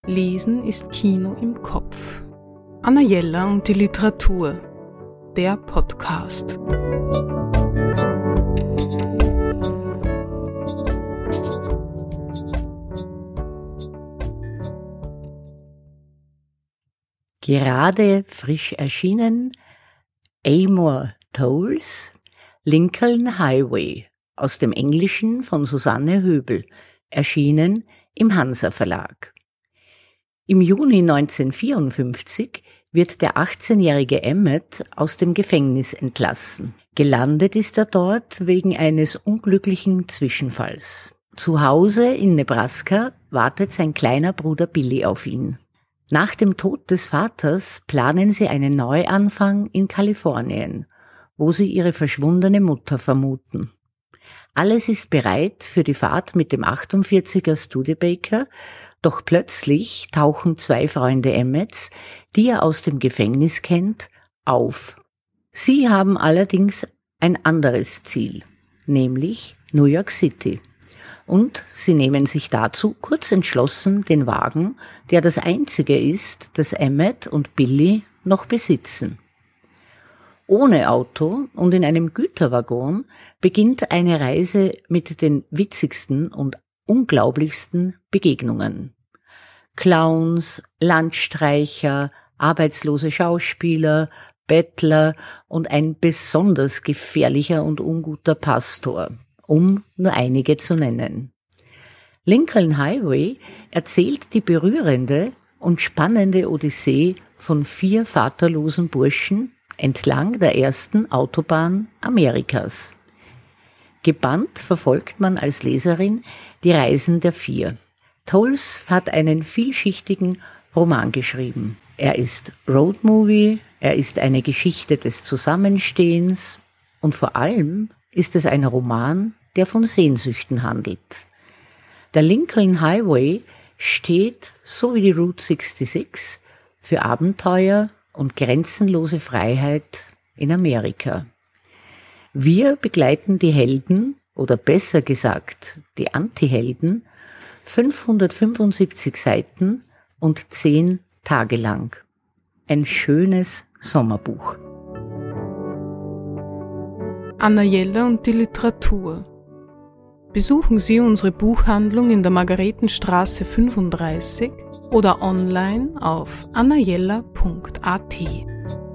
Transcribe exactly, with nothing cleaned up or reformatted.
Lesen ist Kino im Kopf. Anna Jeller und die Literatur. Der Podcast. Gerade frisch erschienen Amor Towles, Lincoln Highway, aus dem Englischen von Susanne Höbel, erschienen im Hansa Verlag. Im Juni neunzehnhundertvierundfünfzig wird der achtzehnjährige Emmett aus dem Gefängnis entlassen. Gelandet ist er dort wegen eines unglücklichen Zwischenfalls. Zu Hause in Nebraska wartet sein kleiner Bruder Billy auf ihn. Nach dem Tod des Vaters planen sie einen Neuanfang in Kalifornien, wo sie ihre verschwundene Mutter vermuten. Alles ist bereit für die Fahrt mit dem achtundvierziger Studebaker, doch plötzlich tauchen zwei Freunde Emmets, die er aus dem Gefängnis kennt, auf. Sie haben allerdings ein anderes Ziel, nämlich New York City. Und sie nehmen sich dazu kurz entschlossen den Wagen, der das einzige ist, das Emmett und Billy noch besitzen. Ohne Auto und in einem Güterwaggon beginnt eine Reise mit den witzigsten und unglaublichsten Begegnungen. Clowns, Landstreicher, arbeitslose Schauspieler, Bettler und ein besonders gefährlicher und unguter Pastor, um nur einige zu nennen. Lincoln Highway erzählt die berührende und spannende Odyssee von vier vaterlosen Burschen entlang der ersten Autobahn Amerikas. Gebannt verfolgt man als Leserin die Reisen der vier. Towles hat einen vielschichtigen Roman geschrieben. Er ist Roadmovie, er ist eine Geschichte des Zusammenstehens und vor allem ist es ein Roman, der von Sehnsüchten handelt. Der Lincoln Highway steht, so wie die Route sechsundsechzig, für Abenteuer und grenzenlose Freiheit in Amerika. Wir begleiten die Helden, oder besser gesagt die Antihelden, fünfhundertfünfundsiebzig Seiten und zehn Tage lang. Ein schönes Sommerbuch. Anna Jeller und die Literatur. Besuchen Sie unsere Buchhandlung in der Margaretenstraße fünfunddreißig oder online auf anna jeller punkt a t.